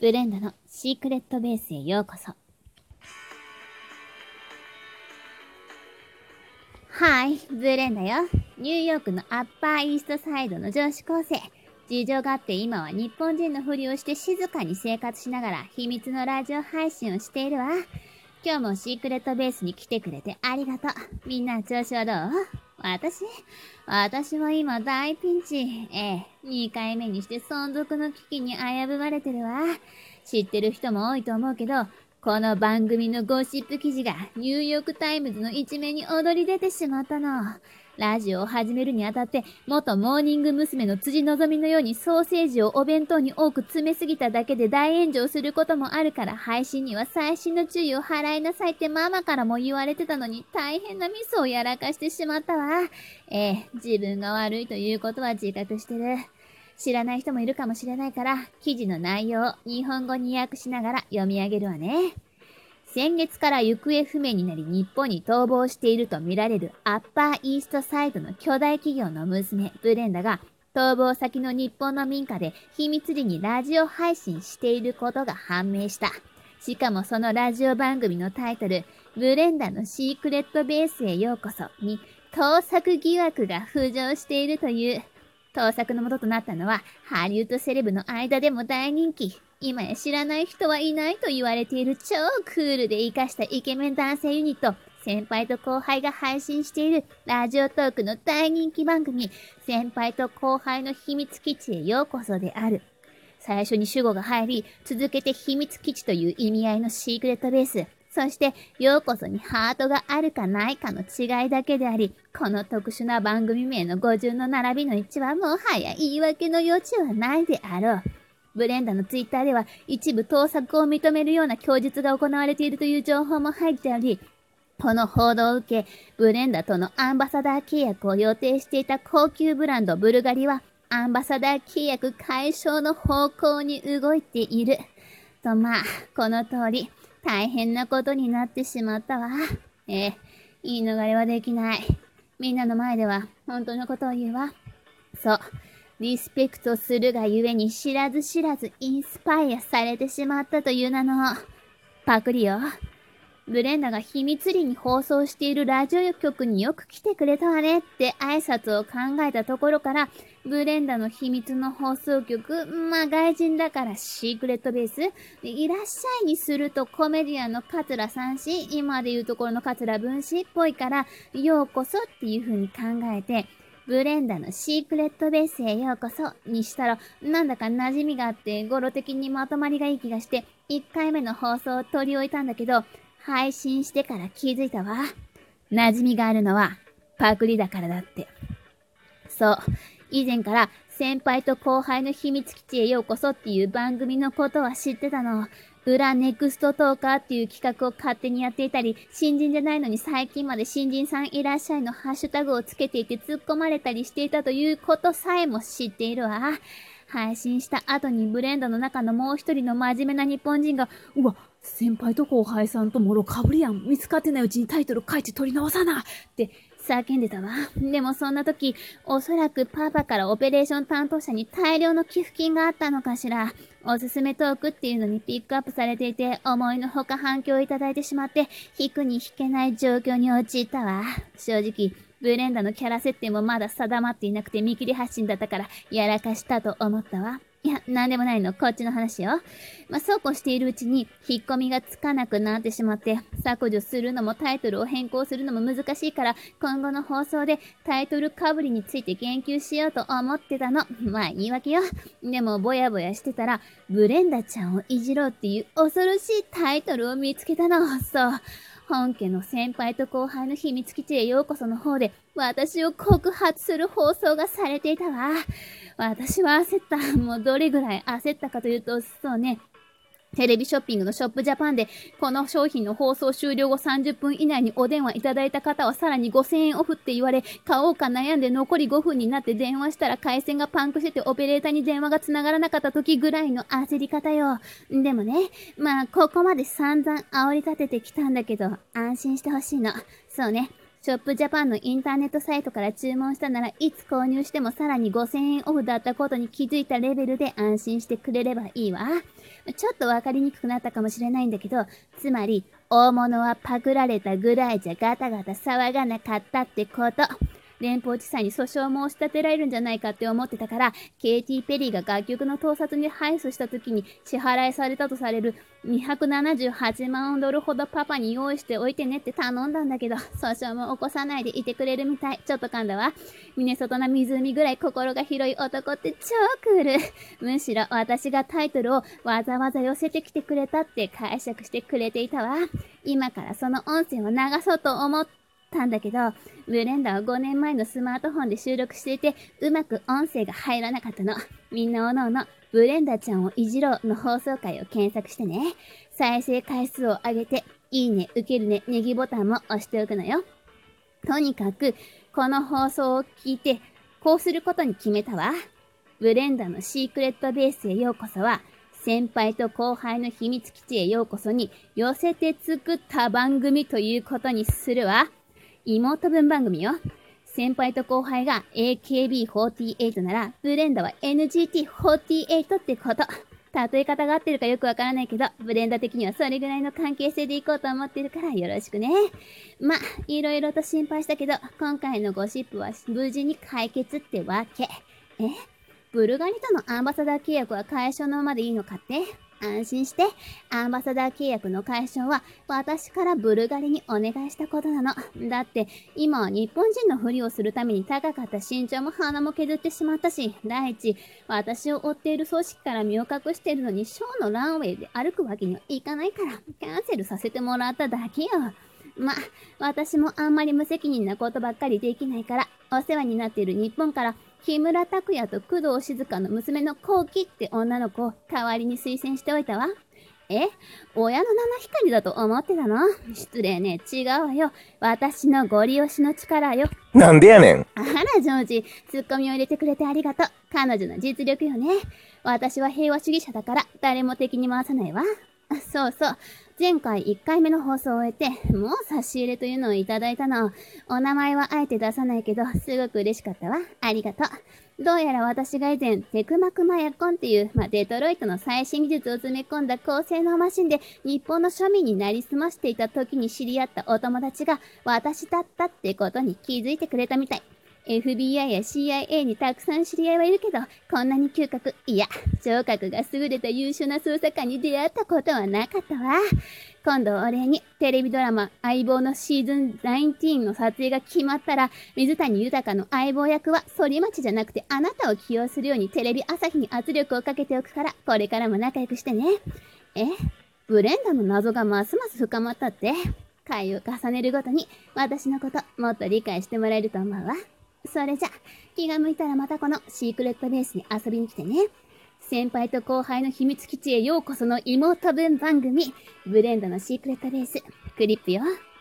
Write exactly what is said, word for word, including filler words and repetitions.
ブレンダのシークレットベースへようこそ。はい、ブレンダよ。ニューヨークのアッパーイーストサイドの女子高生。事情があって今は日本人のふりをして静かに生活しながら秘密のラジオ配信をしているわ。今日もシークレットベースに来てくれてありがとう。みんな調子はどう？私私は今大ピンチ。ええ、にかいめにして存続の危機に危ぶまれてるわ。知ってる人も多いと思うけど、この番組のゴシップ記事がニューヨークタイムズの一面に躍り出てしまったの。ラジオを始めるにあたって、元モーニング娘。の辻希美のようにソーセージをお弁当に多く詰めすぎただけで大炎上することもあるから、配信には細心の注意を払いなさいってママからも言われてたのに、大変なミスをやらかしてしまったわ。ええ、自分が悪いということは自覚してる。知らない人もいるかもしれないから、記事の内容を日本語に訳しながら読み上げるわね。先月から行方不明になり日本に逃亡しているとみられるアッパーイーストサイドの巨大企業の娘、ブレンダが逃亡先の日本の民家で秘密裏にラジオ配信していることが判明した。しかもそのラジオ番組のタイトル、ブレンダのシークレットベースへようこそに盗作疑惑が浮上しているという。盗作の元となったのはハリウッドセレブの間でも大人気。今や知らない人はいないと言われている超クールで活かしたイケメン男性ユニット、先輩と後輩が配信しているラジオトークの大人気番組、先輩と後輩の秘密基地へようこそである。最初に主語が入り、続けて秘密基地という意味合いのシークレットベース、そしてようこそにハートがあるかないかの違いだけであり、この特殊な番組名の語順の並びの一致はもはや言い訳の余地はないであろう。ブレンダのツイッターでは一部盗作を認めるような供述が行われているという情報も入っており、この報道を受け、ブレンダとのアンバサダー契約を予定していた高級ブランドブルガリは、アンバサダー契約解消の方向に動いている。とまあ、この通り、大変なことになってしまったわ。ええ、言い逃れはできない。みんなの前では本当のことを言うわ。そう。リスペクトするがゆえに知らず知らずインスパイアされてしまったという名の。パクリよ。ブレンダが秘密裏に放送しているラジオ局によく来てくれたわねって挨拶を考えたところから、ブレンダの秘密の放送局、まあ外人だからシークレットベース、いらっしゃいにするとコメディアンの桂三枝、今でいうところの桂文枝っぽいから、ようこそっていう風に考えて、ブレンダのシークレットベースへようこそにしたら、なんだか馴染みがあって語呂的にまとまりがいい気がして、いっかいめの放送を取り置いたんだけど、配信してから気づいたわ。馴染みがあるのはパクリだからだって。そう、以前から先輩と後輩の秘密基地へようこそっていう番組のことは知ってたの。裏ネクストトーカーっていう企画を勝手にやっていたり、新人じゃないのに最近まで新人さんいらっしゃいのハッシュタグをつけていて突っ込まれたりしていたということさえも知っているわ。配信した後にブレンドの中のもう一人の真面目な日本人が、うわ、先輩と後輩さんともろかぶりやん。見つかってないうちにタイトル書いて取り直さなって叫んでたわ。でもそんな時、おそらくパパからオペレーション担当者に大量の寄付金があったのかしら。おすすめトークっていうのにピックアップされていて、思いのほか反響をいただいてしまって、引くに引けない状況に陥ったわ。正直、ブレンダのキャラ設定もまだ定まっていなくて見切り発信だったから、やらかしたと思ったわ。いや、なんでもないの、こっちの話よ。まあ、そうこうしているうちに、引っ込みがつかなくなってしまって、削除するのもタイトルを変更するのも難しいから、今後の放送でタイトルかぶりについて言及しようと思ってたの。まあ、言い訳よ。でも、ぼやぼやしてたら、ブレンダちゃんをいじろうっていう恐ろしいタイトルを見つけたの。そう。本家の先輩と後輩の秘密基地へようこその方で、私を告発する放送がされていたわ。私は焦った。もうどれぐらい焦ったかというと、そうね。テレビショッピングのショップジャパンで、この商品の放送終了後さんじゅっぷん以内にお電話いただいた方はさらにごせんえんオフって言われ、買おうか悩んで残りごふんになって電話したら回線がパンクしててオペレーターに電話が繋がらなかった時ぐらいの焦り方よ。でもね、まあここまで散々煽り立ててきたんだけど、安心してほしいの。そうね。 ショップジャパンのインターネットサイトから注文したならいつ購入してもさらにごせんえんオフだったことに気づいたレベルで安心してくれればいいわ。ちょっとわかりにくくなったかもしれないんだけど、つまり大物はパクられたぐらいじゃガタガタ騒がなかったってこと。連邦地裁に訴訟を申し立てられるんじゃないかって思ってたから、ケイティ・ペリーが楽曲の盗撮に敗訴した時に支払いされたとされるにひゃくななじゅうはちまんドルほどパパに用意しておいてねって頼んだんだけど、訴訟も起こさないでいてくれるみたい。ちょっと噛んだわ。ミネソタの湖ぐらい心が広い男って超クール。むしろ私がタイトルをわざわざ寄せてきてくれたって解釈してくれていたわ。今からその音声を流そうと思ってたんだけど、ブレンダーはごねんまえのスマートフォンで収録していて、うまく音声が入らなかったの。みんなおのおの、ブレンダーちゃんをいじろうの放送回を検索してね。再生回数を上げて、いいね、受けるね、ネギボタンも押しておくのよ。とにかく、この放送を聞いて、こうすることに決めたわ。ブレンダーのシークレットベースへようこそは、先輩と後輩の秘密基地へようこそに寄せて作った番組ということにするわ。妹分番組よ。先輩と後輩が エーケービーフォーティーエイト なら、ブレンダは エヌジーティーフォーティーエイト ってこと。例え方が合ってるかよくわからないけど、ブレンダ的にはそれぐらいの関係性でいこうと思ってるからよろしくね。ま、いろいろと心配したけど、今回のゴシップは無事に解決ってわけ。え？ブルガリとのアンバサダー契約は解消のままでいいのかって？安心して、アンバサダー契約の解消は私からブルガリにお願いしたことなの。だって、今は日本人のふりをするために高かった身長も鼻も削ってしまったし、第一、私を追っている組織から身を隠しているのにショーのランウェイで歩くわけにはいかないから、キャンセルさせてもらっただけよ。ま、私もあんまり無責任なことばっかりできないから、お世話になっている日本から、木村拓哉と工藤静香の娘のコウキって女の子を代わりに推薦しておいたわ。え？親の七光だと思ってたの？失礼ね。違うわよ。私のご利用しの力よ。 なんでやねん。 あら、ジョージ。ツッコミを入れてくれてありがとう。彼女の実力よね。私は平和主義者だから誰も敵に回さないわ。そうそう。前回いっかいめの放送を終えて、もう差し入れというのをいただいたの。お名前はあえて出さないけど、すごく嬉しかったわ。ありがとう。どうやら私が以前、テクマクマヤコンっていう、まあ、デトロイトの最新技術を詰め込んだ高性能マシンで日本の庶民になりすましていた時に知り合ったお友達が私だったってことに気づいてくれたみたい。エフビーアイ や シーアイエー にたくさん知り合いはいるけど、こんなに嗅覚、いや、聴覚が優れた優秀な捜査官に出会ったことはなかったわ。今度お礼に、テレビドラマ、相棒のシーズンじゅうきゅうの撮影が決まったら、水谷豊の相棒役は、反町じゃなくてあなたを起用するようにテレビ朝日に圧力をかけておくから、これからも仲良くしてね。え？ブレンダの謎がますます深まったって？回を重ねるごとに、私のこと、もっと理解してもらえると思うわ。それじゃ、気が向いたらまたこのシークレットベースに遊びに来てね。先輩と後輩の秘密基地へようこその妹分番組、ブレンダのシークレットベース、クリップよ。